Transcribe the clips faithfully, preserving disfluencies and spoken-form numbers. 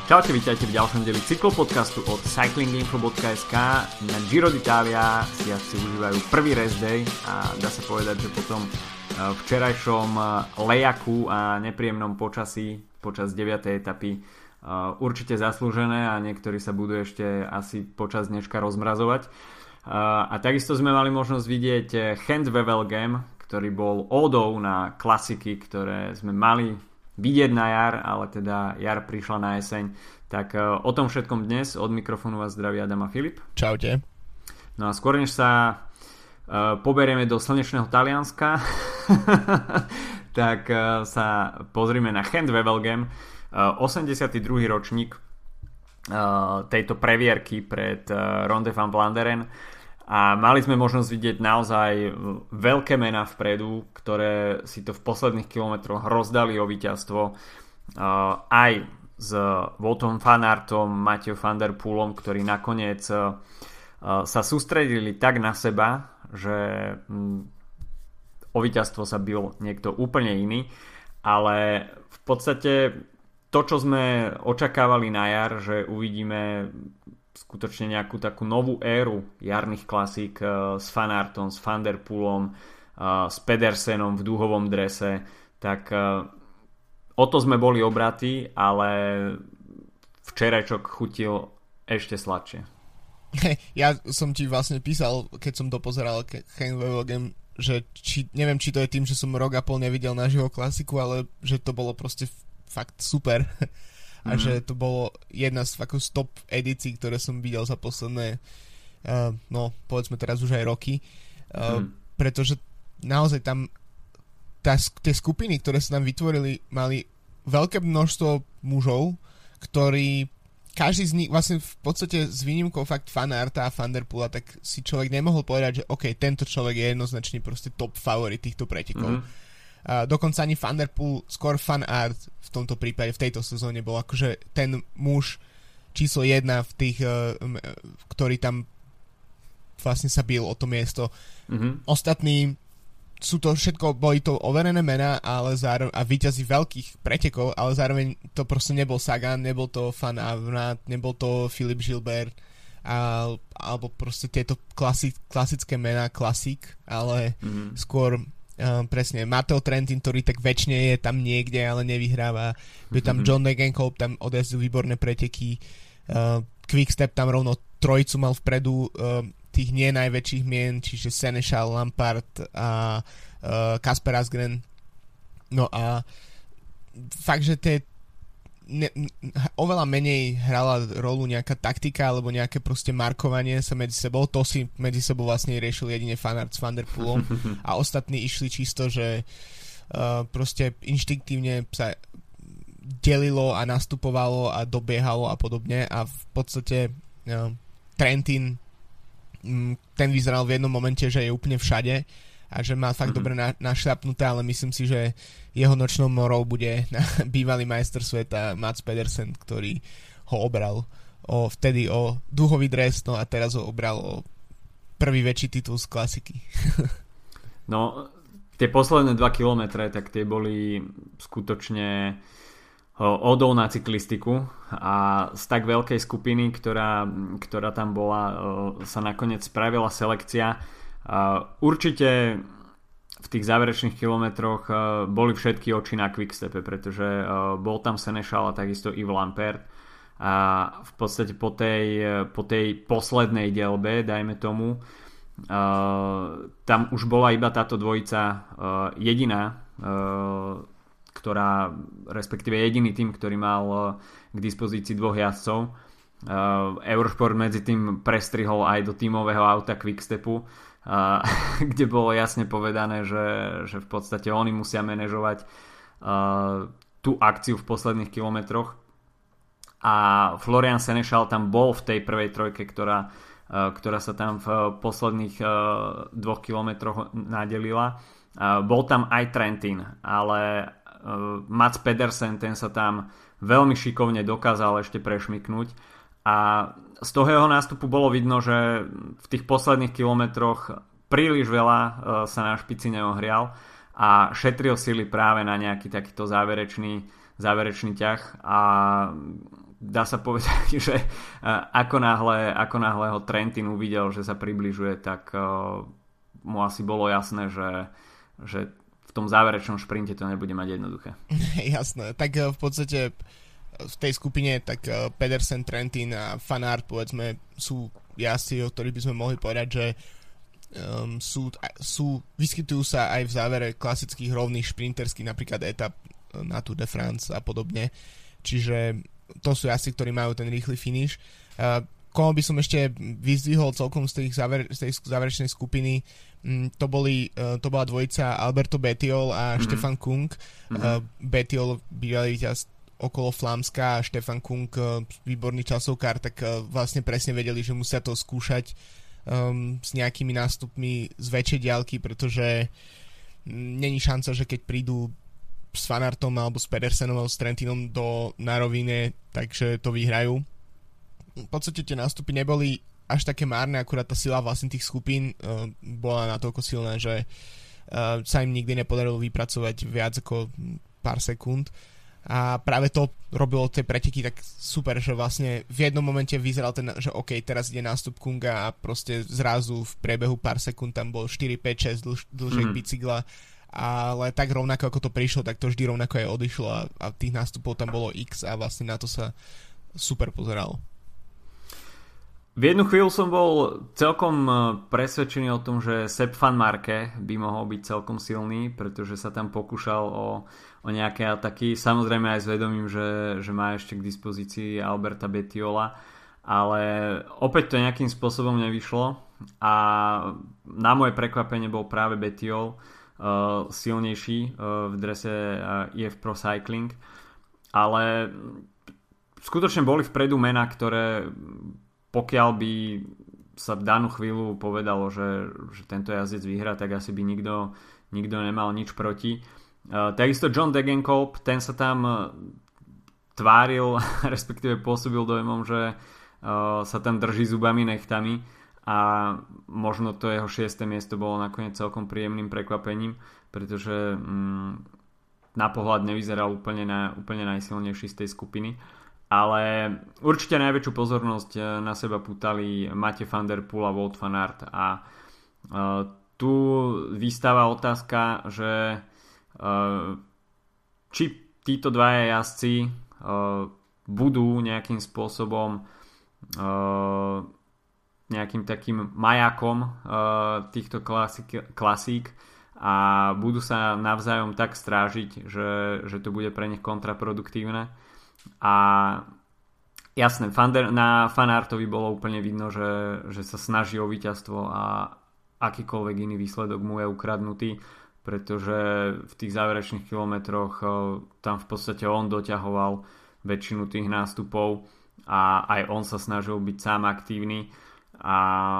Čaute, vítajte v ďalšom dieli cyklopodcastu od cyclinginfo bodka es ká. Na Giro d'Italia si asi užívajú prvý rest day a dá sa povedať, že po tom včerajšom lejaku a nepríjemnom počasí počas deviatej etapy určite zaslúžené a niektorí sa budú ešte asi počas dneška rozmrazovať. A takisto sme mali možnosť vidieť Gent-Wevelgem, ktorý bol ódou na klasiky, ktoré sme mali vidieť na jar, ale teda jar prišla na jeseň. Tak o tom všetkom dnes. Od mikrofónu vás zdraví Adam a Filip. Čaute. No a skôr než sa uh, poberieme do slnečného Talianska tak uh, sa pozrime na Gent-Wevelgem, uh, osemdesiaty druhý ročník uh, tejto previerky pred uh, Ronde van Vlaanderen. A mali sme možnosť vidieť naozaj veľké mená vpredu, ktoré si to v posledných kilometroch rozdali o víťazstvo. Uh, aj s Woutom van Aertom, Mathieu van der Poelom, ktorí nakoniec uh, sa sústredili tak na seba, že um, o víťazstvo sa bil niekto úplne iný. Ale v podstate to, čo sme očakávali na jar, že uvidíme skutočne nejakú takú novú éru jarných klasík uh, s Van Aertom, s Van der Poelom, uh, s Pedersenom v dúhovom drese, tak uh, o to sme boli obratí, ale včerajčok chutil ešte sladšie. Ja som ti vlastne písal, keď som to pozeral Gent-Wevelgem, že či, neviem, či to je tým, že som rok a pol nevidel naživo klasiku, ale že to bolo proste fakt super. A mm. že to bolo jedna z ako top edícií, ktoré som videl za posledné uh, no povedzme teraz už aj roky, uh, mm. pretože naozaj tam tá, tie skupiny, ktoré sa tam vytvorili, mali veľké množstvo mužov, ktorí každý z nich vlastne v podstate s výnimkou fakt Van Aerta a Van der Poela, tak si človek nemohol povedať, že OK, tento človek je jednoznačne proste top favorit týchto pretekov. Mm. Uh, dokonca ani Van der Poel, skôr Van Aert v tomto prípade, v tejto sezóne bol akože ten muž číslo jedna v tých, uh, ktorý tam vlastne sa bil o to miesto. Mm-hmm. Ostatní sú to všetko, boli to overené mená, ale zároveň, a víťazi veľkých pretekov, ale zároveň to proste nebol Sagan, nebol to Van Aert, nebol to Philippe Gilbert, a, alebo proste tieto klasi, klasické mená, klasík, ale mm-hmm. skôr Uh, presne, Matteo Trentin, ktorý tak väčšine je tam niekde, ale nevyhráva. Je tam John Degenkolb, tam odjazdil výborné preteky. Uh, Quickstep tam rovno trojicu mal vpredu uh, tých nie najväčších mien, čiže Seneschal, Lampard a uh, Kasper Asgren. No a fakt, že tie ne, oveľa menej hrala rolu nejaká taktika alebo nejaké proste markovanie sa medzi sebou. To si medzi sebou vlastne riešil jedine Van Aert s Van der Poelom a ostatní išli čisto, že uh, proste inštinktívne sa delilo a nastupovalo a dobiehalo a podobne a v podstate uh, Trentin um, ten vyzeral v jednom momente, že je úplne všade a že má fakt mm-hmm. dobre na, našľapnuté, ale myslím si, že jeho nočnou morou bude bývalý majster sveta Mads Pedersen, ktorý ho obral o, vtedy o dúhový dres, no a teraz ho obral o prvý väčší titul z klasiky. No, tie posledné dva kilometre, tak tie boli skutočne odou na cyklistiku a z tak veľkej skupiny, ktorá, ktorá tam bola, sa nakoniec spravila selekcia. Uh, určite v tých záverečných kilometroch uh, boli všetky oči na Quickstepe, pretože uh, bol tam Seneschal a takisto Yves Lampert a v podstate po tej, po tej poslednej dielbe, dajme tomu, uh, tam už bola iba táto dvojica uh, jediná, uh, ktorá, respektíve jediný tým, ktorý mal uh, k dispozícii dvoch jazdcov. Uh, Eurosport medzi tým prestrihol aj do tímového auta Quickstepu, Uh, kde bolo jasne povedané, že, že v podstate oni musia manažovať uh, tú akciu v posledných kilometroch a Florian Seneschal tam bol v tej prvej trojke, ktorá, uh, ktorá sa tam v posledných uh, dvoch kilometroch nadelila. Uh, bol tam aj Trentin, ale uh, Mads Pedersen, ten sa tam veľmi šikovne dokázal ešte prešmyknúť a z toho jeho nástupu bolo vidno, že v tých posledných kilometroch príliš veľa sa na špici neohrial a šetril sily práve na nejaký takýto záverečný, záverečný ťah a dá sa povedať, že ako náhle, ako náhle ho Trentin uvidel, že sa približuje, tak mu asi bolo jasné, že, že v tom záverečnom šprinte to nebude mať jednoduché. Jasné, tak v podstate v tej skupine tak Pedersen, Trentin a Van Aert povedzme sú jazdci, o ktorých by sme mohli povedať, že um, sú, sú, vyskytujú sa aj v závere klasických rovných šprinterských, napríklad etap na Tour de France a podobne, čiže to sú jazdci, ktorí majú ten rýchly finish. Uh, koho by som ešte vyzdvihol celkom z, tých záver, z tej záverečnej skupiny, um, to, boli, uh, to bola dvojica Alberto Bettiol a mm-hmm. Stefan Kung. Mm-hmm. Uh, Bettiol bývalý víťaz okolo Flámska a Stefan Kung, uh, výborný časovkár, tak uh, vlastne presne vedeli, že musia to skúšať um, s nejakými nástupmi z väčšej diaľky, pretože um, není šanca, že keď prídu s Van Aertom alebo s Pedersenom alebo s Trentinom do na rovine, takže to vyhrajú. V podstate tie nástupy neboli až také márne, akurát tá sila vlastne tých skupín uh, bola natoľko silná, že uh, sa im nikdy nepodarilo vypracovať viac ako pár sekúnd a práve to robilo tie preteky tak super, že vlastne v jednom momente vyzeral ten, že OK, teraz ide nástup Kunga a proste zrazu v priebehu pár sekúnd tam bol štyri, päť, šesť dlž, dlžek mm. bicykla, ale tak rovnako ako to prišlo, tak to vždy rovnako aj odišlo a, a tých nástupov tam bolo X a vlastne na to sa super pozeralo. V jednu chvíľu som bol celkom presvedčený o tom, že Sepp van Marke by mohol byť celkom silný, pretože sa tam pokúšal o, o nejaké ataky, samozrejme aj s vedomím, že, že má ešte k dispozícii Alberta Bettiola, ale opäť to nejakým spôsobom nevyšlo a na moje prekvapenie bol práve Bettiol Uh, silnejší uh, v drese uh, í ef Pro Cycling, ale skutočne boli vpredu mená, ktoré pokiaľ by sa v danú chvíľu povedalo, že, že tento jazdec vyhrá, tak asi by nikto, nikto nemal nič proti. Uh, takisto John Degenkolb, ten sa tam tváril, respektíve pôsobil dojmom, že uh, sa tam drží zubami nechtami a možno to jeho šieste miesto bolo nakoniec celkom príjemným prekvapením, pretože mm, na pohľad nevyzeral úplne, na, úplne najsilnejší z tej skupiny, ale určite najväčšiu pozornosť na seba pútali Matej van der Poel a Wout van Aert a uh, tu vystáva otázka, že uh, či títo dvaja jazdci uh, budú nejakým spôsobom uh, nejakým takým majakom uh, týchto klasík, klasík a budú sa navzájom tak strážiť, že, že to bude pre nich kontraproduktívne. A jasné, na Van Aertovi bolo úplne vidno, že, že sa snaží o víťazstvo a akýkoľvek iný výsledok mu je ukradnutý, pretože v tých záverečných kilometroch uh, tam v podstate on doťahoval väčšinu tých nástupov a aj on sa snažil byť sám aktívny. A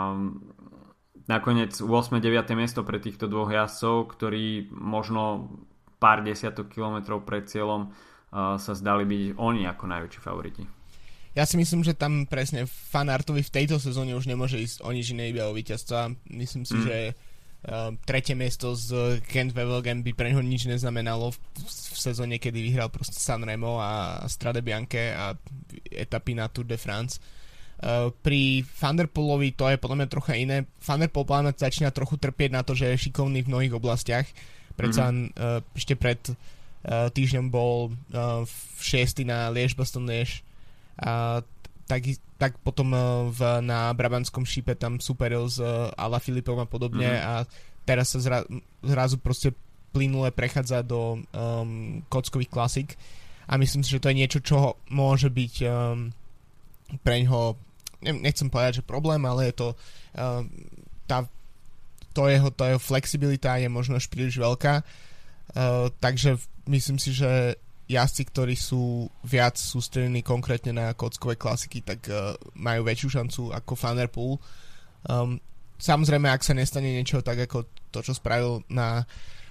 nakoniec ôsme deviate miesto pre týchto dvoch jazdcov, ktorí možno pár desiatok kilometrov pred cieľom uh, sa zdali byť oni ako najväčší favoriti. Ja si myslím, že tam presne Van Aertovi v tejto sezóne už nemôže ísť o nič iné iba o víťazstva. Myslím si, mm. že uh, tretie miesto z Gent Wevelgem by pre neho nič neznamenalo v, v sezóne, kedy vyhral proste Sanremo a Strade Bianche a etapy na Tour de France. Uh, pri Van der Poelovi to je podľa mňa trocha iné. Van der Poel pláne začína trochu trpieť na to, že je šikovný v mnohých oblastiach. Predsa mm-hmm. uh, ešte pred uh, týždňom bol uh, v šiesty na Liège-Bastogne-Liège a tak, tak potom uh, v, na Brabantskom šípe tam superil s uh, Alaphilippom a podobne mm-hmm. a teraz sa zra, zrazu proste plynule prechádza do um, kockových klasík a myslím si, že to je niečo, čo môže byť um, preňho, nechcem povedať, že problém, ale je to uh, tá, to jeho, to jeho flexibilita je možno až príliš veľká, uh, takže myslím si, že jazdci, ktorí sú viac sústredení konkrétne na kockové klasiky, tak uh, majú väčšiu šancu ako Van der Poel. Um, samozrejme, ak sa nestane niečo tak ako to, čo spravil na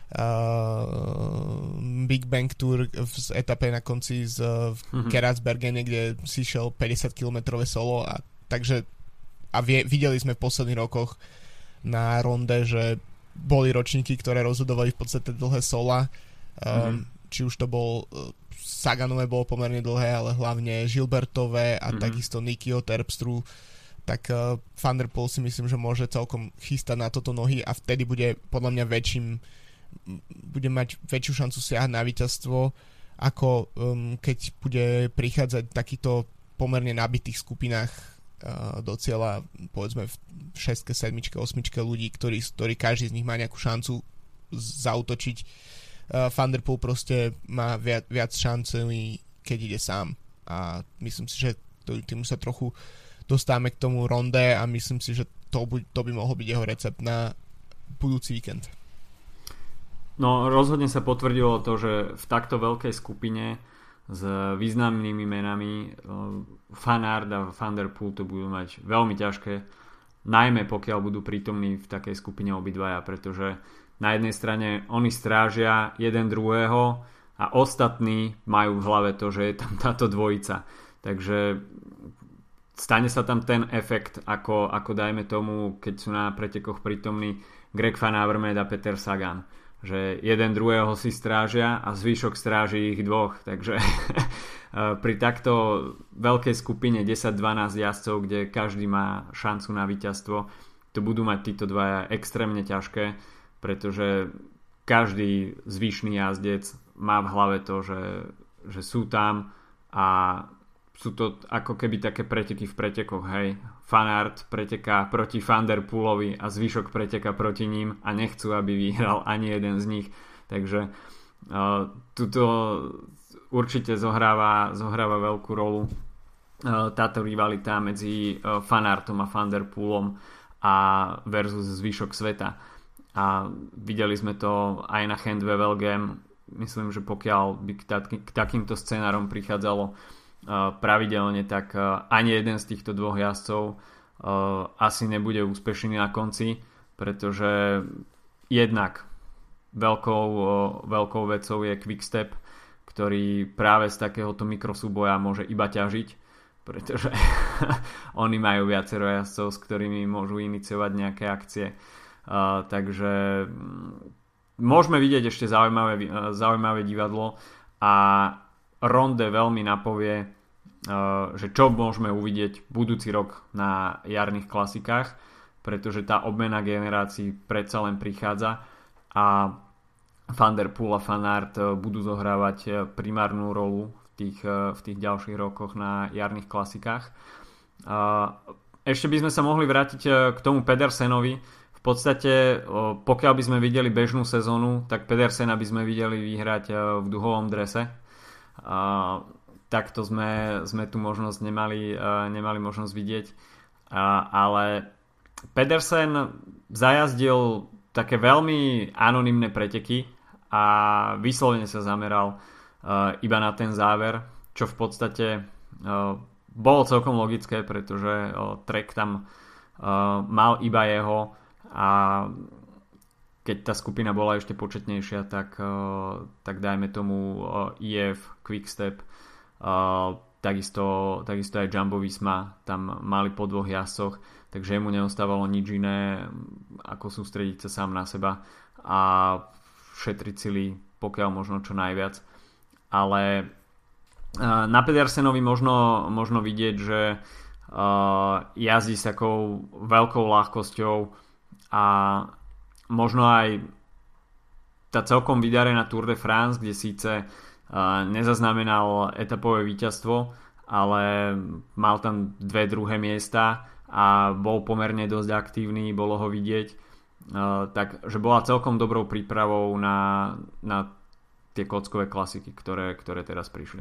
Uh, Big Bang Tour v etape na konci z uh, mm-hmm. Geraardsbergene, kde si šiel päťdesiat kilometrové solo a takže a vie, videli sme v posledných rokoch na ronde, že boli ročníky, ktoré rozhodovali v podstate dlhé sola, um, mm-hmm. či už to bol uh, Saganové bolo pomerne dlhé, ale hlavne Gilbertové a mm-hmm. takisto Nikiho Terpstru, tak uh, Van der Poel si myslím, že môže celkom chystať na toto nohy a vtedy bude podľa mňa väčším bude mať väčšiu šancu siahať na víťazstvo, ako um, keď bude prichádzať v takýchto pomerne nabitých skupinách uh, do cieľa, povedzme v šestke, sedmičke, osmičke ľudí, ktorí, ktorí každý z nich má nejakú šancu zautočiť. Uh, Van der Poel proste má viac, viac šancí, keď ide sám. A myslím si, že tým sa trochu dostávame k tomu ronde a myslím si, že to, to by mohol byť jeho recept na budúci víkend. No rozhodne sa potvrdilo to, že v takto veľkej skupine s významnými menami Van Aert a Van der Poel to budú mať veľmi ťažké, najmä pokiaľ budú prítomní v takej skupine obidvaja, pretože na jednej strane oni strážia jeden druhého a ostatní majú v hlave to, že je tam táto dvojica. Takže stane sa tam ten efekt, ako, ako dajme tomu, keď sú na pretekoch prítomní Greg Van Avermaet a Peter Sagan, že jeden druhého si strážia a zvyšok stráži ich dvoch, takže pri takto veľkej skupine desať dvanásť jazdcov, kde každý má šancu na víťazstvo, to budú mať títo dvaja extrémne ťažké, pretože každý zvyšný jazdec má v hlave to, že, že sú tam a sú to ako keby také preteky v pretekoch, hej. Van Aert preteká proti Van der Poelovi a zvyšok preteká proti ním a nechcú, aby vyhral ani jeden z nich. Takže uh, tuto určite zohráva, zohráva veľkú rolu uh, táto rivalita medzi uh, Van Aertom a Van der Poelom a versus zvyšok sveta. A videli sme to aj na Gent-Wevelgem. Myslím, že pokiaľ by k, taký, k takýmto scenárom prichádzalo pravidelne, tak ani jeden z týchto dvoch jazdcov asi nebude úspešný na konci, pretože jednak veľkou, veľkou vecou je Quickstep, ktorý práve z takéhoto mikrosúboja môže iba ťažiť, pretože oni majú viacero jazdcov, s ktorými môžu iniciovať nejaké akcie. Takže môžeme vidieť ešte zaujímavé, zaujímavé divadlo a Ronde veľmi napovie, že čo môžeme uvidieť budúci rok na jarných klasikách, pretože tá obmena generácií predsa len prichádza a Van der Poel a Van Aert budú zohrávať primárnu rolu v tých, v tých ďalších rokoch na jarných klasikách. Ešte by sme sa mohli vrátiť k tomu Pedersenovi. V podstate, pokiaľ by sme videli bežnú sezónu, tak Pedersena by sme videli vyhrať v duhovom drese. Uh, takto sme, sme tu možnosť nemali, uh, nemali možnosť vidieť, uh, ale Pedersen zajazdil také veľmi anonymné preteky a vyslovene sa zameral uh, iba na ten záver, čo v podstate uh, bolo celkom logické, pretože uh, trek tam uh, mal iba jeho a keď tá skupina bola ešte početnejšia, tak, uh, tak dajme tomu uh, í ef, Quickstep, uh, takisto, takisto aj Jumbo Visma tam mali po dvoch jazdcoch, takže mu neostávalo nič iné ako sústrediť sa sám na seba a šetriť sily pokiaľ možno čo najviac. Ale uh, na Pedersenovi možno, možno vidieť, že uh, jazdí s takou veľkou ľahkosťou a možno aj tá celkom vydarená Tour de France, kde síce uh, nezaznamenal etapové víťazstvo, ale mal tam dve druhé miesta a bol pomerne dosť aktívny, bolo ho vidieť, uh, takže bola celkom dobrou prípravou na, na tie kockové klasiky, ktoré, ktoré teraz prišli.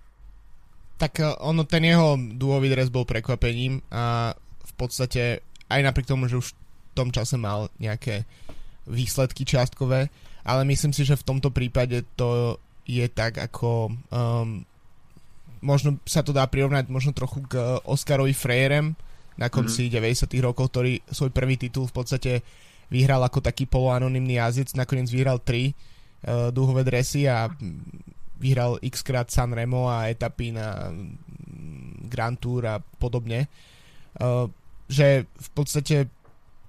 Tak uh, ono, ten jeho duhový dres bol prekvapením a v podstate aj napriek tomu, že už v tom čase mal nejaké výsledky čiastkové, ale myslím si, že v tomto prípade to je tak ako um, možno sa to dá prirovnať možno trochu k Oscarovi Freirem na konci mm-hmm. deväťdesiatych rokov, ktorý svoj prvý titul v podstate vyhral ako taký poloanonymný jazdec, nakoniec vyhral tri uh, dúhové dresy a vyhral x-krát Sanremo a etapy na Grand Tour a podobne. Uh, že v podstate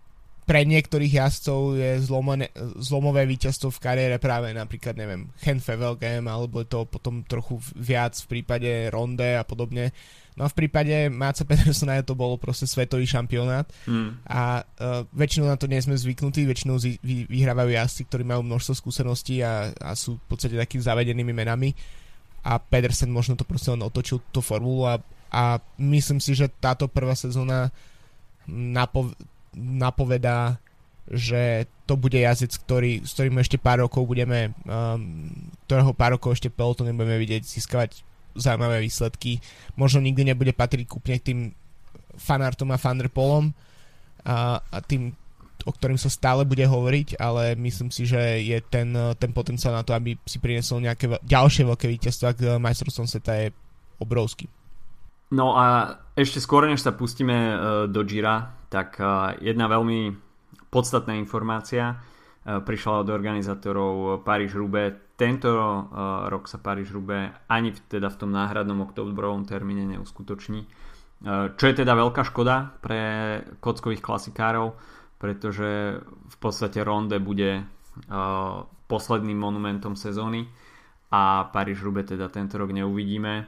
pre niektorých jazdcov je zlomone, zlomové víťazstvo v kariére práve napríklad, neviem, Gent-Wevelgem, alebo je to potom trochu viac v prípade Ronde a podobne. No v prípade Matsa Pedersena to bolo proste svetový šampionát mm. a uh, väčšinou na to nie sme zvyknutí, väčšinou zi, vy, vyhrávajú jazdci, ktorí majú množstvo skúseností a, a sú v podstate takými zavedenými menami a Pedersen možno to proste on otočil tú formulu a, a myslím si, že táto prvá sezóna napov- napovedá, že to bude jazdec, ktorý, s ktorým ešte pár rokov budeme um, ktorého pár rokov ešte peloton nebudeme vidieť získavať zaujímavé výsledky. Možno nikdy nebude patriť kúpne k tým Fanartom a Van der Poelom a, a tým, o ktorým sa stále bude hovoriť, ale myslím si, že je ten, ten potenciál na to, aby si priniesol nejaké ďalšie veľké víťazstvá k majstrovstvom sveta je obrovský. No a ešte skôr, než sa pustíme do Gira, tak jedna veľmi podstatná informácia prišla od organizátorov Paríž-Roubaix. Tento rok sa Paríž-Roubaix ani teda v tom náhradnom októbrovom termíne neuskutoční. Čo je teda veľká škoda pre kockových klasikárov, pretože v podstate Ronde bude posledným monumentom sezóny a Paríž-Roubaix teda tento rok neuvidíme.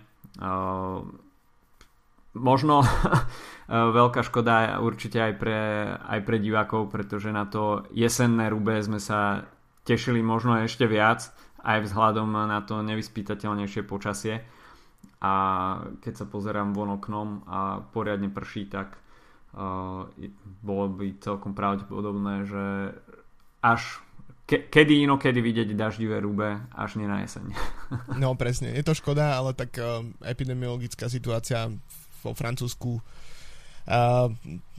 Možno veľká škoda určite aj pre, aj pre divákov, pretože na to jesenné Roubaix sme sa tešili možno ešte viac, aj vzhľadom na to nevyspytateľnejšie počasie. A keď sa pozerám von oknom a poriadne prší, tak uh, bolo by celkom pravdepodobné, že až ke- kedy inokedy vidieť daždivé Roubaix, až nie na jeseň. No presne, je to škoda, ale tak uh, epidemiologická situácia vo Francúzsku uh,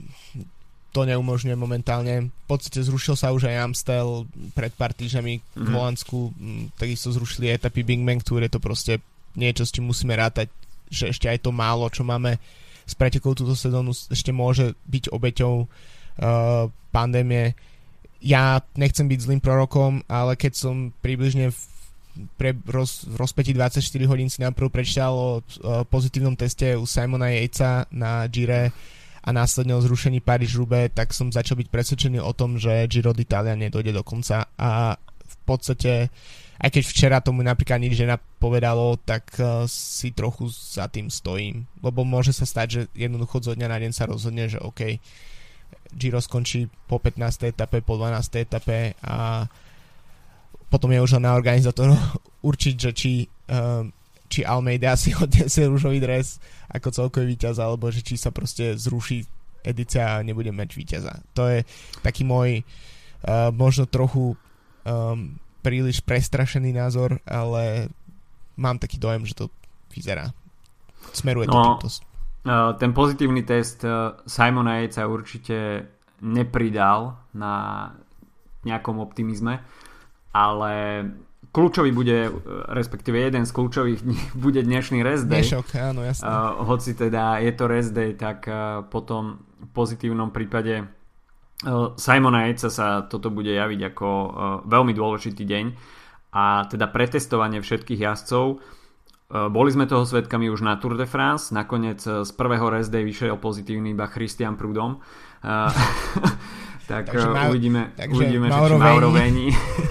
to neumožňuje momentálne. V podstate zrušil sa už aj Amstel pred pár týždňami mm-hmm. v Holandsku, takisto zrušili etapy Big Bang Tour, je to proste niečo, s čím musíme rátať, že ešte aj to málo, čo máme s pretekou túto sezónu, ešte môže byť obeťou uh, pandémie. Ja nechcem byť zlým prorokom, ale keď som približne v pre roz, v rozpätí dvadsaťštyri hodín si najprv prečítal o uh, pozitívnom teste u Simona Yatesa na Gire a následne o zrušení Paríž-Roubaix, tak som začal byť presvedčený o tom, že Giro d'Italia nedojde do konca a v podstate aj keď včera tomu napríklad nič nenapovedalo, tak uh, si trochu za tým stojím, lebo môže sa stať, že jednoducho zo dňa na deň sa rozhodne, že OK, Giro skončí po pätnástej etape, po dvanástej etape a potom je už na organizátor určiť, že či, um, či Almeida si odniesie ružový dres ako celkový víťaz, alebo že či sa proste zruší edícia a nebude mať víťaza. To je taký môj uh, možno trochu um, príliš prestrašený názor, ale mám taký dojem, že to vyzerá. Smeruje to no, týmto. Uh, ten pozitívny test uh, Simona Yatesa určite nepridal na nejakom optimizme, ale kľúčový bude, respektíve jeden z kľúčových dní bude dnešný rest day. Dnešok, áno, jasné. Uh, hoci teda je to rest day, tak uh, potom v pozitívnom prípade uh, Simona Yatesa sa toto bude javiť ako uh, veľmi dôležitý deň a teda pretestovanie všetkých jazdcov. Uh, boli sme toho svedkami už na Tour de France, nakoniec uh, z prvého rest day vyšiel pozitívny iba Christian Prudhomme. Uh, tak takže uh, uvidíme, takže uvidíme Mauro že či Mauro Veni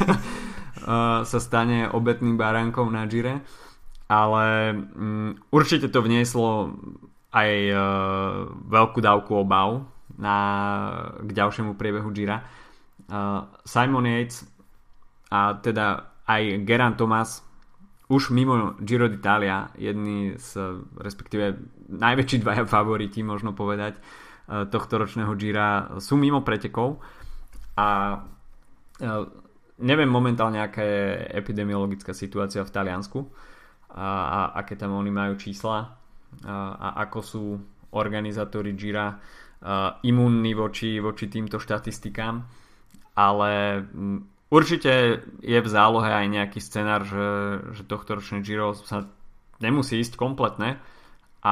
sa stane obetným baránkom na Gire, ale um, určite to vnieslo aj uh, veľkú dávku obav na, k ďalšiemu priebehu Gira. Uh, Simon Yates a teda aj Geraint Thomas už mimo Giro d'Italia, jedni z, respektíve najväčší dvaja favoriti, možno povedať, uh, tohto ročného Gira sú mimo pretekov a uh, neviem momentálne, aká je epidemiologická situácia v Taliansku a, a aké tam oni majú čísla a, a ako sú organizátori Gira a, imúnni voči, voči týmto štatistikám, ale m, určite je v zálohe aj nejaký scenár, že, že tohto ročné Giro sa nemusí ísť kompletne a, a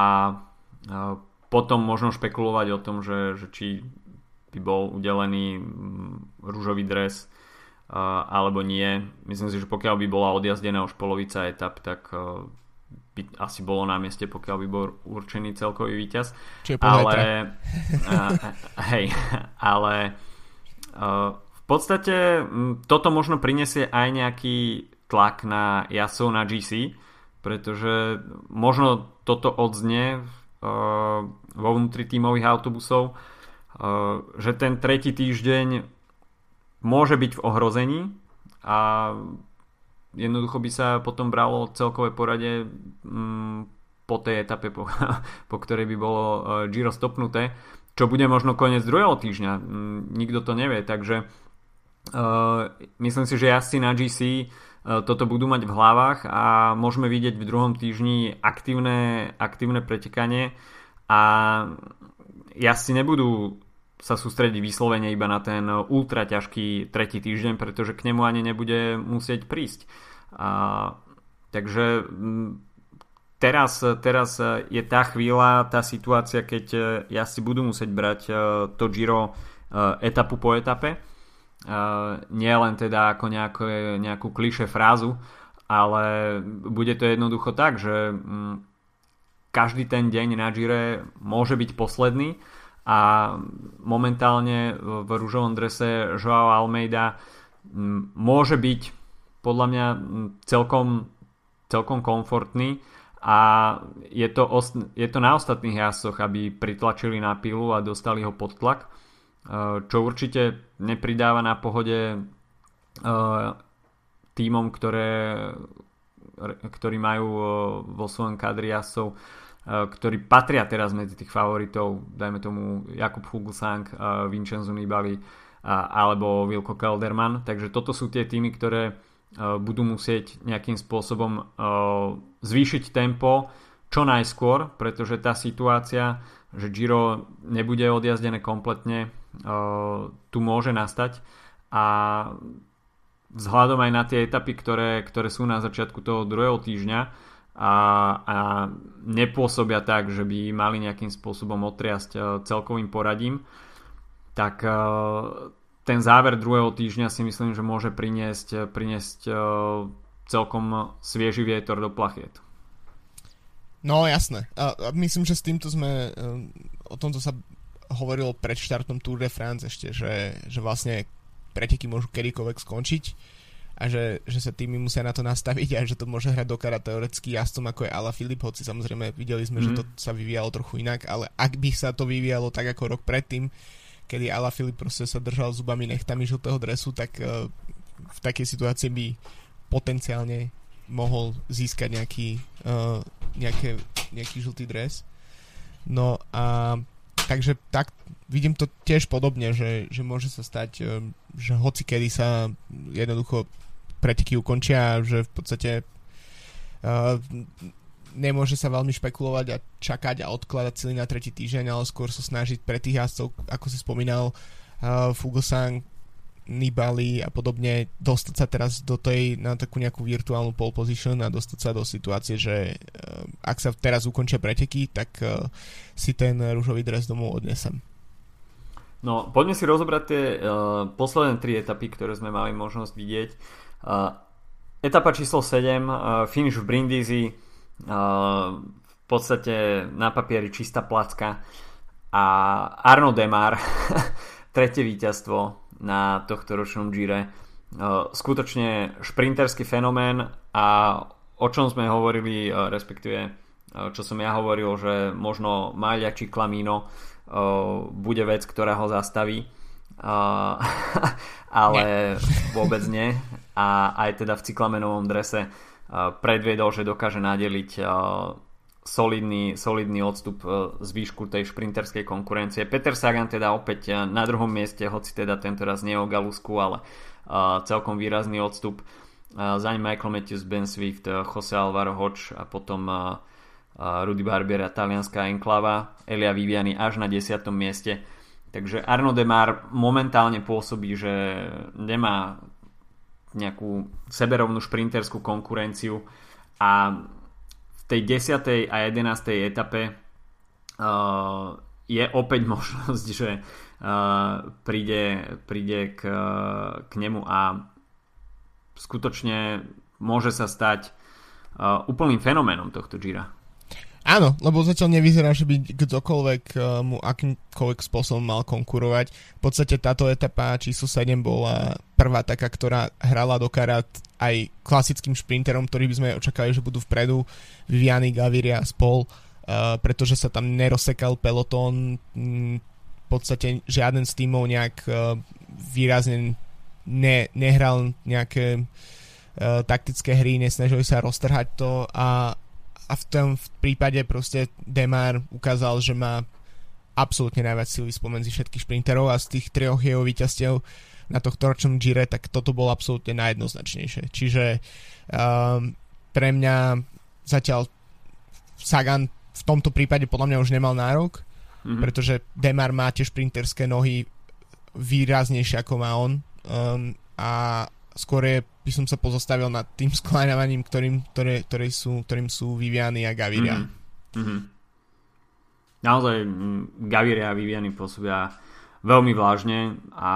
potom možno špekulovať o tom, že, že či by bol udelený ružový dres Uh, alebo nie. Myslím si, že pokiaľ by bola odjazdená už polovica etap, tak uh, by asi bolo na mieste, pokiaľ by bol určený celkový víťaz. Čiže ale uh, hej, ale V podstate toto možno prinesie aj nejaký tlak na jazdcov na gé cé, pretože možno toto odznie vo vnútri tímových autobusov, že ten tretí týždeň môže byť v ohrození a jednoducho by sa potom bralo celkové poradie po tej etape, po, po ktorej by bolo Giro stopnuté, čo bude možno koniec druhého týždňa. Nikto to nevie, takže uh, myslím si, že jazdci na gé cé uh, toto budú mať v hlavách a môžeme vidieť v druhom týždni aktívne, aktívne pretekanie a jazdci nebudú sa sústrediť vyslovene iba na ten ultra ťažký tretí týždeň, pretože k nemu ani nebude musieť prísť. Uh, takže um, Teraz, teraz je tá chvíľa, tá situácia, keď jazdci budú musieť brať to Giro etapu po etape. Nie len teda ako nejakú, nejakú klišé frázu, ale bude to jednoducho tak, že každý ten deň na Gire môže byť posledný a momentálne v ružovom drese Joao Almeida môže byť podľa mňa celkom, celkom komfortný. A je to, je to na ostatných jazdcoch, aby pritlačili na pilu a dostali ho pod tlak, čo určite nepridáva na pohode tímom, ktoré, ktorí majú vo svojom kadri jazdcov, ktorí patria teraz medzi tých favoritov, dajme tomu Jakub Fuglsang, Vincenzo Nibali alebo Wilco Kelderman. Takže toto sú tie týmy, ktoré budú musieť nejakým spôsobom zvýšiť tempo čo najskôr, pretože tá situácia, že Giro nebude odjazdené kompletne, tu môže nastať a vzhľadom aj na tie etapy, ktoré, ktoré sú na začiatku toho druhého týždňa a, a nepôsobia tak, že by mali nejakým spôsobom otriasť celkovým poradím, tak ten záver druhého týždňa si myslím, že môže priniesť, priniesť celkom svieži vietor do plachiet. No jasné. A, a myslím, že s týmto sme, o tomto sa hovorilo pred štartom Tour de France ešte, že, že vlastne preteky môžu kedykoľvek skončiť a že, že sa týmy musia na to nastaviť a že to môže hrať do kara teoreticky jazdcom ako je Alaphilippe, hoci samozrejme videli sme, mm-hmm. že to sa vyvíjalo trochu inak, ale ak by sa to vyvíjalo tak ako rok predtým, kedy Alaphilippe proste sa držal zubami nechtami žltého dresu, tak uh, v takej situácii by potenciálne mohol získať nejaký, uh, nejaké, nejaký žltý dres. No a takže tak vidím to tiež podobne, že, že môže sa stať, uh, že hoci kedy sa jednoducho preteky ukončia, že v podstate uh, nemôže sa veľmi špekulovať a čakať a odkladať celý na tretí týždeň, ale skôr sa snažiť pre tých jazdcov, ako si spomínal, uh, Fuglsang, Nibali a podobne, dostať sa teraz do tej, na takú nejakú virtuálnu pole position a dostať sa do situácie, že uh, ak sa teraz ukončia preteky, tak uh, si ten ružový dres domov odnesem. No, poďme si rozobrať tie uh, posledné tri etapy, ktoré sme mali možnosť vidieť. Uh, etapa číslo sedem, uh, finish v Brindisi, Uh, v podstate na papieri čistá placka a Arnaud Démare tretie víťazstvo na tohto ročnom Gire, uh, skutočne šprinterský fenomén a o čom sme hovorili, uh, respektíve uh, čo som ja hovoril, že možno Maglia či Clamino uh, bude vec, ktorá ho zastaví, uh, ale vôbec nie a aj teda v cyklamenovom drese predviedol, že dokáže nadeliť solidný, solidný odstup z výšku tej šprinterskej konkurencie. Peter Sagan teda opäť na druhom mieste, hoci teda tento raz nie o Galusku, ale celkom výrazný odstup. Za ním Michael Matthews, Ben Swift, Jose Alvaro Hodge a potom Rudy Barbier a talianská enklava, Elia Viviani až na desiatom mieste. Takže Arnaud Démare momentálne pôsobí, že nemá nejakú seberovnú šprinterskú konkurenciu a v tej desiatej a jedenástej etape uh, je opäť možnosť, že uh, príde, príde k, k nemu a skutočne môže sa stať uh, úplným fenoménom tohto Gira. Áno, lebo zatiaľ nevyzerá, že by kdokoľvek uh, mu akýmkoľvek spôsobom mal konkurovať. V podstate táto etapa číslo sedem bola prvá taká, ktorá hrala do karát aj klasickým šprinterom, ktorí by sme očakali, že budú vpredu, Viviani, Gaviria a spol, uh, pretože sa tam nerozsekal pelotón, m, v podstate žiaden z tímov nejak uh, výrazne ne, nehral nejaké uh, taktické hry, nesnažili sa roztrhať to a a v tom v prípade proste Demar ukázal, že má absolútne najviac síly spomedzi všetkých šprinterov a z tých troch jeho víťazstiev na tohto ročnom Gire, tak toto bolo absolútne najjednoznačnejšie. Čiže um, pre mňa zatiaľ Sagan v tomto prípade podľa mňa už nemal nárok, mm-hmm. pretože Demar má tie šprinterské nohy výraznejšie ako má on um, a skôr je, by som sa pozostavil nad tým skláňavaním, ktorým, ktoré, ktoré sú, ktorým sú Viviani a Gaviria. Mm-hmm. Naozaj Gaviria a Viviani pôsobia veľmi vážne a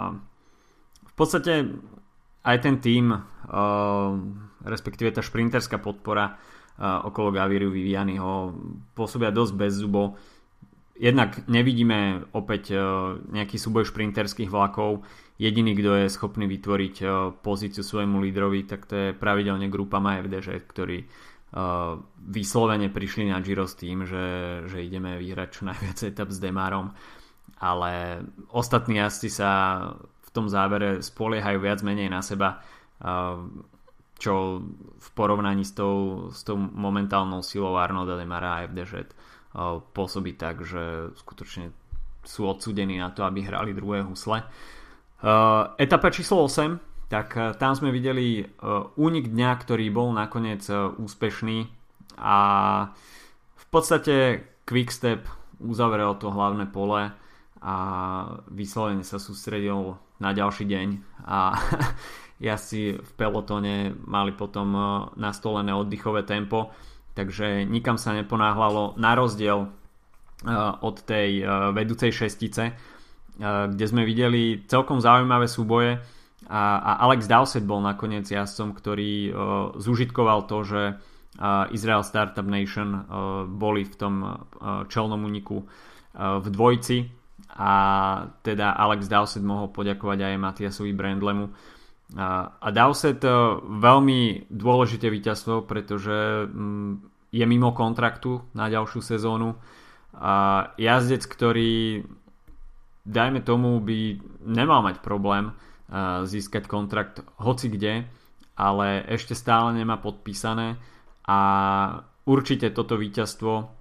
v podstate aj ten tím, uh, respektíve tá šprinterská podpora uh, okolo Gaviriu Vivianiho pôsobia dosť bez zubo. Jednak nevidíme opäť uh, nejaký súboj šprinterských vlakov. Jediný, kto je schopný vytvoriť uh, pozíciu svojmu lídrovi, tak to je pravidelne Groupama ef dé žé, ktorí uh, vyslovene prišli na Giro s tým, že, že ideme vyhrať čo najviac etap s Demarom, ale ostatní jazdci sa v tom závere spoliehajú viac menej na seba, uh, čo v porovnaní s tou, s tou momentálnou silou Arnolda Demara a ef dé žé uh, pôsobí tak, že skutočne sú odsúdení na to, aby hrali druhé husle. Uh, etapa číslo osem, tak uh, tam sme videli uh, únik dňa, ktorý bol nakoniec uh, úspešný a v podstate Quickstep uzavrel to hlavné pole a vyslovene sa sústredil na ďalší deň a jazdci v pelotone mali potom uh, nastolené oddychové tempo, takže nikam sa neponáhľalo na rozdiel uh, od tej uh, vedúcej šestice, kde sme videli celkom zaujímavé súboje a, a Alex Dowsett bol nakoniec jazdcom, ktorý uh, zúžitkoval to, že uh, Israel Startup Nation uh, boli v tom uh, čelnom úniku uh, v dvojci a teda Alex Dowsett mohol poďakovať aj Matiasovi Brandlemu uh, a Dowsett uh, veľmi dôležité víťazstvo, pretože um, je mimo kontraktu na ďalšiu sezónu a jazdec, ktorý dajme tomu, by nemal mať problém uh, získať kontrakt hoci kde, ale ešte stále nemá podpísané a určite toto víťazstvo, uh,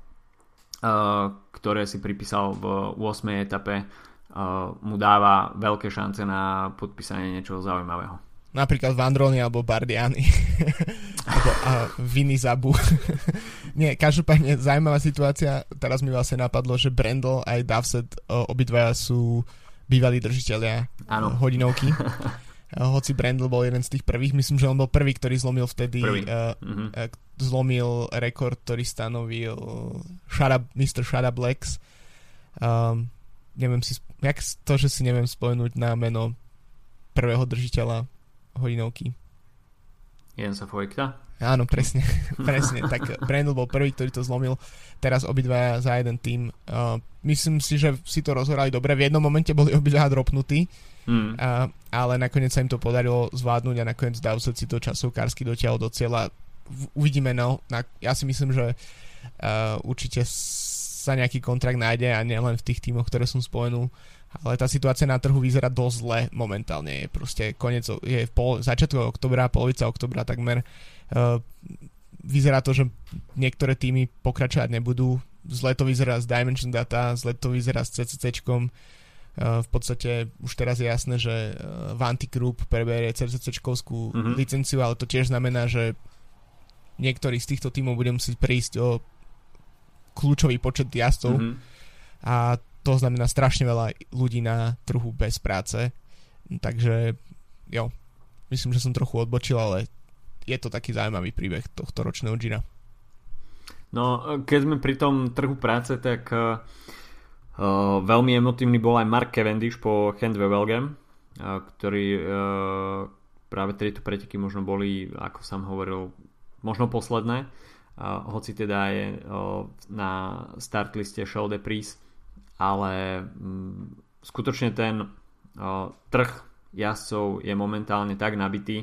ktoré si pripísal v ôsmej etape, uh, mu dáva veľké šance na podpísanie niečoho zaujímavého. Napríklad Vandroni alebo Bardiani alebo uh, Vini Zabu. Nie, každopádne zaujímavá situácia. Teraz mi vlastne napadlo, že Brandl aj Dowsett uh, obidvaja sú bývalí držiteľia uh, hodinovky. Uh, hoci Brandl bol jeden z tých prvých, myslím, že on bol prvý, ktorý zlomil vtedy uh, mm-hmm. uh, zlomil rekord, ktorý stanovil Shada, mister Shada Blacks. Um, neviem si, jak to, že si neviem spomenúť na meno prvého držiteľa hodinovky. Jensa Voigta? Áno, presne, presne. Tak Brandl bol prvý, ktorý to zlomil. Teraz obidvaja za jeden tým. Uh, myslím si, že si to rozhrali dobre. V jednom momente boli obidvaja dropnutí, mm. uh, ale nakoniec sa im to podarilo zvládnuť a nakoniec Dowsett si to časovkársky dotiahol do cieľa. Uvidíme, no. Ja si myslím, že uh, určite sa nejaký kontrakt nájde a nielen v tých tímoch, ktoré som spomenul. Ale tá situácia na trhu vyzerá dosť zle momentálne. Je proste koniec, je pol, začiatok oktobra, polovica oktobra takmer. Uh, vyzerá to, že niektoré týmy pokračovať nebudú. Zle to vyzerá z Dimension Data, zle to vyzerá s cé cé céčkom. Uh, v podstate už teraz je jasné, že uh, Vanti Group preberie cé cé céčkovskú mm-hmm. licenciu, ale to tiež znamená, že niektorý z týchto tímov bude musieť prísť o kľúčový počet jazdcov mm-hmm. a to znamená strašne veľa ľudí na trhu bez práce. Takže jo, myslím, že som trochu odbočil, ale je to taký zaujímavý príbeh tohto ročného Gira. No, keď sme pri tom trhu práce, tak uh, uh, veľmi emotívny bol aj Mark Cavendish po Gent-Wevelgem, uh, ktorý uh, práve tieto preteky možno boli, ako som hovoril, možno posledné hoci teda je na start liste Charles de Vries, ale skutočne ten trh jazdcov je momentálne tak nabitý.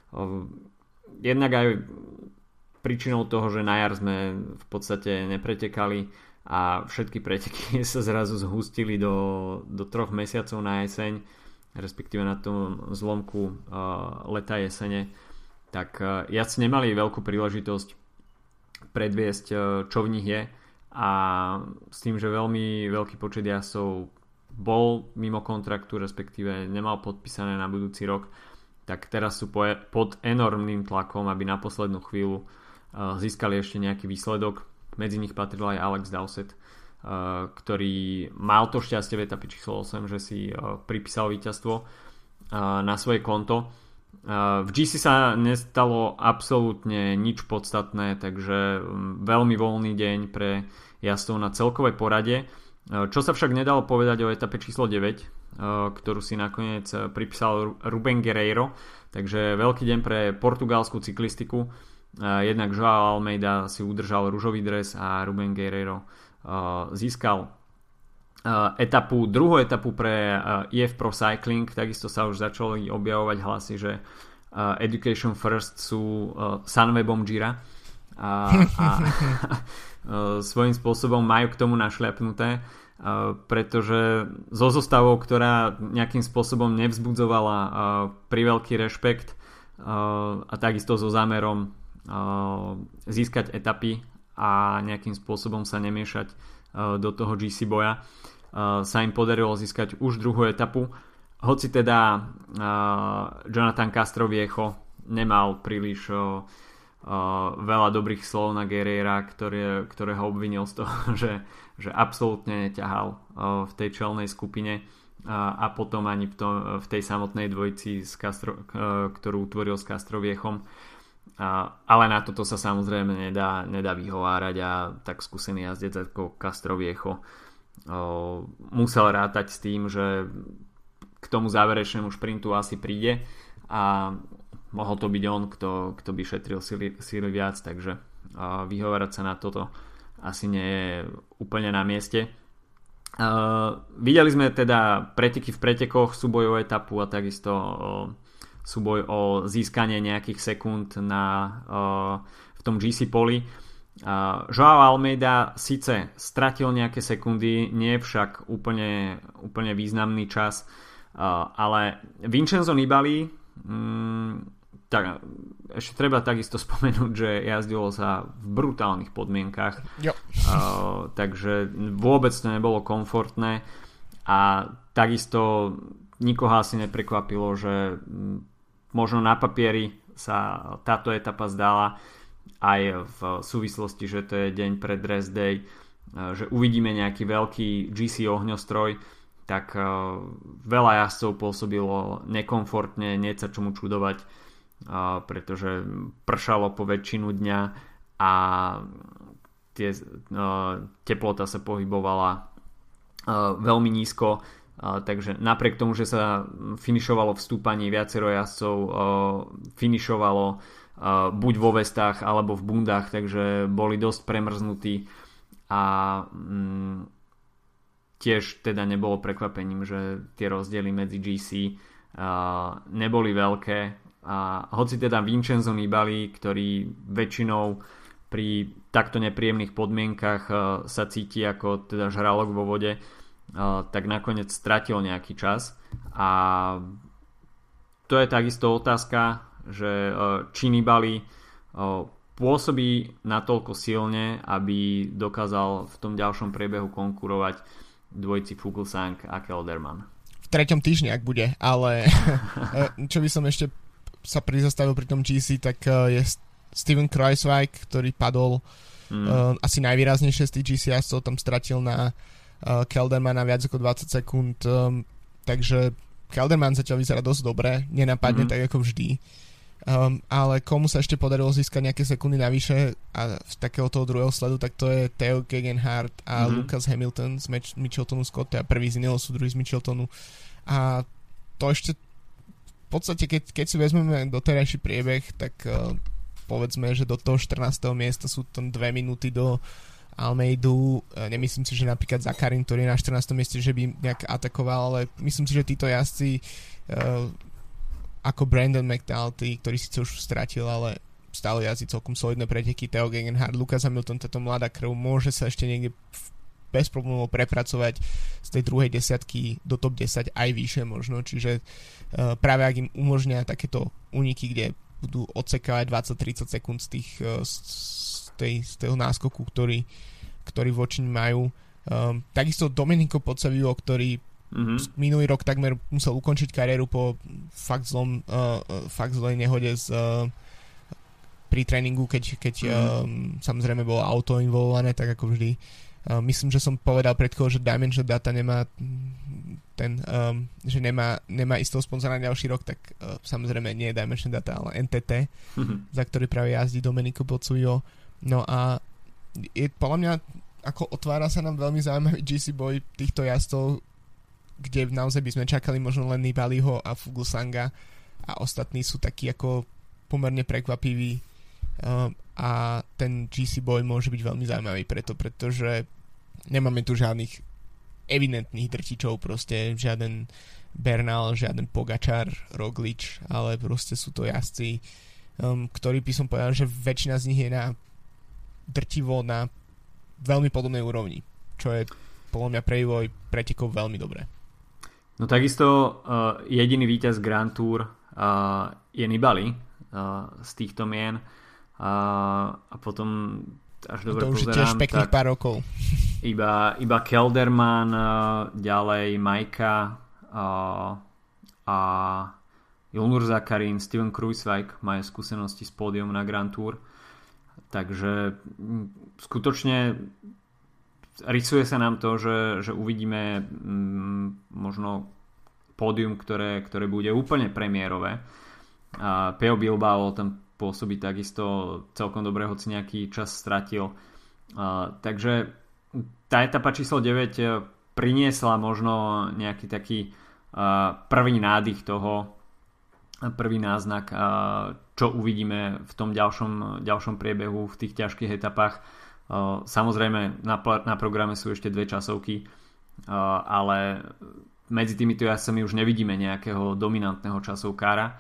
Jednak aj príčinou toho, že na jar sme v podstate nepretekali a všetky preteky sa zrazu zhustili do, do troch mesiacov na jeseň, respektíve na tom zlomku uh, leta jesene, tak uh, jazdci nemali veľkú príležitosť predviesť, uh, čo v nich je, a s tým, že veľmi veľký počet jazdcov bol mimo kontraktu, respektíve nemal podpísané na budúci rok, tak teraz sú pod enormným tlakom, aby na poslednú chvíľu uh, získali ešte nejaký výsledok. Medzi nich patril aj Alex Dowsett, uh, ktorý mal to šťastie v etape číslo osem, že si uh, pripísal víťazstvo uh, na svoje konto. Uh, v gé cé sa nestalo absolútne nič podstatné, takže um, veľmi voľný deň pre jazdcov na celkovej porade. Čo sa však nedalo povedať o etape číslo deväť, ktorú si nakoniec pripísal Ruben Guerreiro, takže veľký deň pre portugalskú cyklistiku. Jednak Joao Almeida si udržal ružový dres a Ruben Guerreiro získal etapu, druhú etapu pre í ef Pro Cycling. Takisto sa už začali objavovať hlasy, že Education First sú Sunwebom Gira a, a svojím spôsobom majú k tomu našľapnuté, pretože zo zostavou, ktorá nejakým spôsobom nevzbudzovala priveľký rešpekt a takisto so zámerom získať etapy a nejakým spôsobom sa nemiešať do toho gé cé boja, sa im podarilo získať už druhú etapu, hoci teda Jonathan Castroviejo nemal príliš Uh, veľa dobrých slov na Guerreira, ktoré, ktoré ho obvinil z toho, že, že absolútne neťahal uh, v tej čelnej skupine uh, a potom ani v, tom, v tej samotnej dvojici, s Castro, uh, ktorú utvoril s Castroviechom. Uh, ale na toto sa samozrejme nedá, nedá vyhovárať a tak skúsený jazdec ako Castroviecho uh, musel rátať s tým, že k tomu záverečnému šprintu asi príde a mohol to byť on, kto, kto by šetril síly, síly viac, takže uh, vyhovárať sa na toto asi nie je úplne na mieste. Uh, videli sme teda preteky v pretekoch, súboj o etapu a takisto uh, súboj o získanie nejakých sekúnd na, uh, v tom gé cé poli. Uh, Joao Almeida síce stratil nejaké sekundy, nie však úplne, úplne významný čas, uh, ale Vincenzo Nibali um, tak, ešte treba takisto spomenúť, že jazdilo sa v brutálnych podmienkach, uh, takže vôbec to nebolo komfortné a takisto nikoho asi neprekvapilo, že možno na papieri sa táto etapa zdala aj v súvislosti, že to je deň pred Rest Day, uh, že uvidíme nejaký veľký gé cé ohňostroj, tak uh, veľa jazdcov pôsobilo nekomfortne, nie sa čomu čudovať, Uh, pretože pršalo po väčšinu dňa a tie, uh, teplota sa pohybovala uh, veľmi nízko, uh, takže napriek tomu, že sa finišovalo v stúpaní, viacero jazdcov uh, finišovalo uh, buď vo vestách alebo v bundách, takže boli dosť premrznutí a um, tiež teda nebolo prekvapením, že tie rozdiely medzi gé cé uh, neboli veľké. A hoci teda Vincenzo Nibali, ktorý väčšinou pri takto nepríjemných podmienkach uh, sa cíti ako teda žralok vo vode, uh, tak nakoniec stratil nejaký čas. A to je takisto otázka, že uh, či Nibali uh, pôsobí natoľko silne, aby dokázal v tom ďalšom priebehu konkurovať dvojici Fuglsang a Kelderman. V treťom týždni, ak bude, ale čo by som ešte sa prizastavil pri tom gé cé, tak uh, je Steven Kruijswijk, ktorý padol mm. uh, asi najvýraznejšie z tých gé cé jazdcov, tam stratil na uh, Keldermana viac ako dvadsať sekúnd, um, takže Kelderman zatiaľ vyzerá dosť dobre, nenapadne mm. tak ako vždy, um, ale komu sa ešte podarilo získať nejaké sekundy navyše a z takého toho druhého sledu, tak to je Theo Gegenhardt a mm. Lucas Hamilton z Mich- Mitcheltonu Scott, a prvý z Ineosu, druhý z Mitcheltonu, a to ešte v podstate, keď, keď si vezmeme doterajší priebeh, tak uh, povedzme, že do toho štrnásteho miesta sú tam dve minúty do Almeidu. Nemyslím si, že napríklad Zakarin, ktorý je na štrnástom mieste, že by nejak atakoval, ale myslím si, že títo jazdci uh, ako Brandon McNulty, ktorý síce už stratil, ale stále jazdí celkom solidné preteky, Theo Gegenhardt, Lucas Hamilton, táto mladá krv, môže sa ešte niekde bez problémov prepracovať z tej druhej desiatky do top desať aj vyššie možno, čiže uh, práve ak im umožňa takéto úniky, kde budú odsekávať dvadsať tridsať sekúnd z tých uh, z, tej, z toho náskoku, ktorý, ktorý voči majú. Um, takisto Domenico Pozzovivo, ktorý mm-hmm. minulý rok takmer musel ukončiť kariéru po fakt zlom uh, fakt zlej nehode z uh, pri tréningu, keď, keď mm-hmm. um, samozrejme bolo auto involvované, tak ako vždy. Uh, myslím, že som povedal predkoho, že Dimension Data nemá ten, um, že nemá, nemá istého sponzora na ďalší rok, tak uh, samozrejme nie je Dimension Data, ale en té té, mm-hmm. za ktorý práve jazdí Domenico Pozzovivo. No a je, podľa mňa ako otvára sa nám veľmi zaujímavý gé cé boj týchto jazdcov, kde naozaj by sme čakali možno len Nibaliho a Fuglsanga a ostatní sú takí ako pomerne prekvapiví. Uh, a ten gé cé boj môže byť veľmi zaujímavý preto, pretože nemáme tu žiadnych evidentných drtičov, proste žiaden Bernal, žiaden Pogačar, Roglič, ale proste sú to jazdci, um, ktorí by som povedal, že väčšina z nich je na drtivo na veľmi podobnej úrovni, čo je podľa mňa pre vývoj pretekov veľmi dobré. No takisto uh, jediný víťaz Grand Tour uh, je Nibali uh, z týchto mien uh, a potom až dobre to už pozerám, je tiež pekných pár rokov. Iba, iba Kelderman, uh, ďalej Majka uh, a Ilnur Zakarin, Steven Kruijswijk majú skúsenosti s pódium na Grand Tour. Takže skutočne rysuje sa nám to, že, že uvidíme mm, možno pódium, ktoré, ktoré bude úplne premiérové. A Peo Bilbao tam pôsobí takisto celkom dobre, hoci nejaký čas stratil. A, takže tá etapa číslo deväť priniesla možno nejaký taký a, prvý nádych toho, prvý náznak, čo uvidíme v tom ďalšom, ďalšom priebehu v tých ťažkých etapách. Samozrejme na, na programe sú ešte dve časovky, ale medzi týmito jazdcami už nevidíme nejakého dominantného časovkára,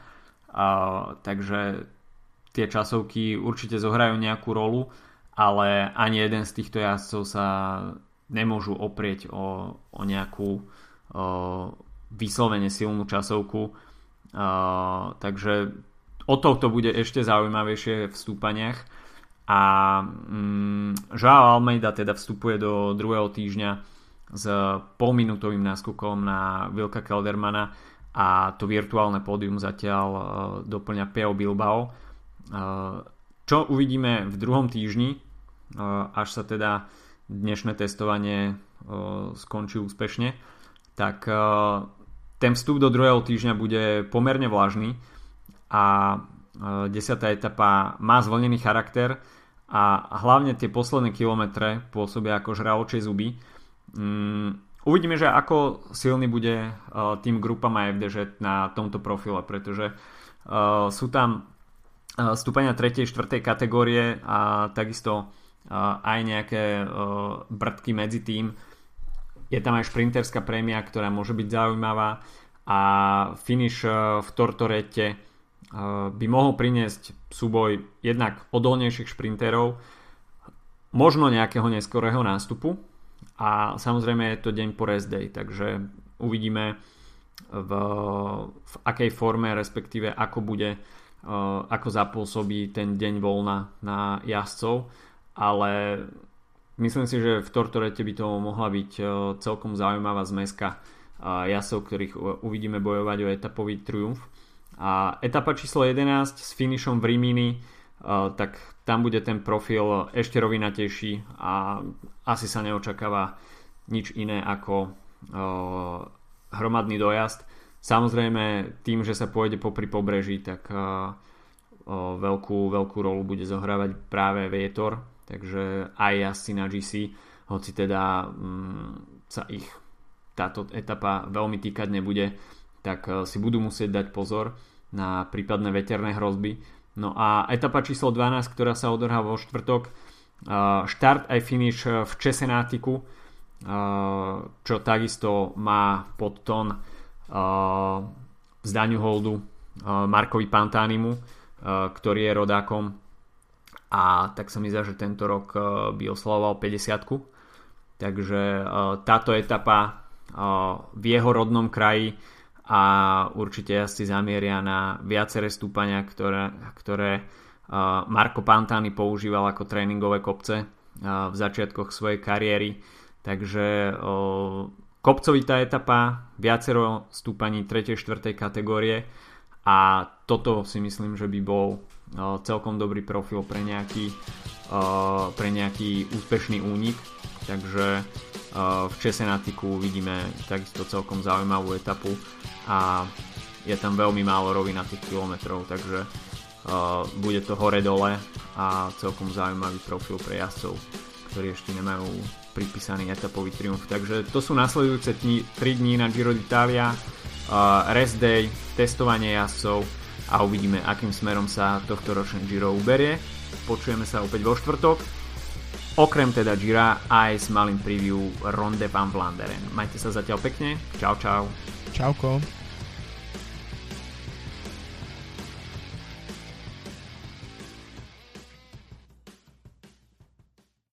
takže tie časovky určite zohrajú nejakú rolu, ale ani jeden z týchto jazdcov sa nemôžu oprieť o, o nejakú o, vyslovene silnú časovku. Uh, takže o to to bude ešte zaujímavejšie v stúpaniach a um, Joao Almeida teda vstupuje do druhého týždňa s polminútovým náskokom na Wilka Keldermana a to virtuálne pódium zatiaľ uh, doplňa Peo Bilbao. Uh, čo uvidíme v druhom týždni, uh, až sa teda dnešné testovanie uh, skončí úspešne, tak uh, ten vstup do druhého týždňa bude pomerne vlažný a desiata etapa má zvlnený charakter a hlavne tie posledné kilometre pôsobia ako žraločie zuby. Um, uvidíme, že ako silný bude uh, tým Gruppa á ef dé žé na tomto profile, pretože uh, sú tam uh, stúpania tretej štvrtej kategórie a takisto uh, aj nejaké uh, brdky medzi tým. Je tam aj šprinterská prémia, ktorá môže byť zaujímavá a finish v Tortorete by mohol priniesť súboj jednak odolnejších šprinterov, možno nejakého neskorého nástupu a samozrejme je to deň po rest day, takže uvidíme v, v akej forme, respektíve ako bude, ako zapôsobí ten deň voľna na jazdcov, ale myslím si, že v Tortorete by to mohla byť celkom zaujímavá zmeska jazdcov, ktorých uvidíme bojovať o etapový triumf. A etapa číslo jedenásť s finišom v Rimini, tak tam bude ten profil ešte rovinatejší a asi sa neočakáva nič iné ako hromadný dojazd. Samozrejme tým, že sa pôjde popri pobreží, tak veľkú, veľkú rolu bude zohrávať práve vietor, takže aj jazdci na gé cé, hoci teda mm, sa ich táto etapa veľmi týkať nebude, tak si budú musieť dať pozor na prípadné veterné hrozby. No a etapa číslo dvanásť, ktorá sa odohrá vo štvrtok, štart aj finish v Cesenatiku, čo takisto má podtón vzdaniu holdu Markovi Pantanimu, ktorý je rodákom, a tak sa mi zdá, že tento rok by oslavoval päťdesiatku. Takže táto etapa v jeho rodnom kraji, a určite jazdci zamieria na viaceré stúpania, ktoré, ktoré Marco Pantani používal ako tréningové kopce v začiatkoch svojej kariéry. Takže kopcovitá etapa, viacero stúpaní tretej štvrtej kategórie, a toto si myslím, že by bol celkom dobrý profil pre nejaký, pre nejaký úspešný únik. Takže v Cesenatiku vidíme takisto celkom zaujímavú etapu a je tam veľmi málo rovinatých kilometrov, takže uh, bude to hore-dole a celkom zaujímavý profil pre jazdcov, ktorí ešte nemajú pripísaný etapový triumf. Takže to sú nasledujúce tri dní na Giro d'Italia, uh, rest day, testovanie jazdcov, a uvidíme, akým smerom sa tohto ročné Giro uberie. Počujeme sa opäť vo štvrtok, okrem teda Gira aj s malým preview Ronde van Vlaanderen. Majte sa zatiaľ pekne, čau čau. Čauko.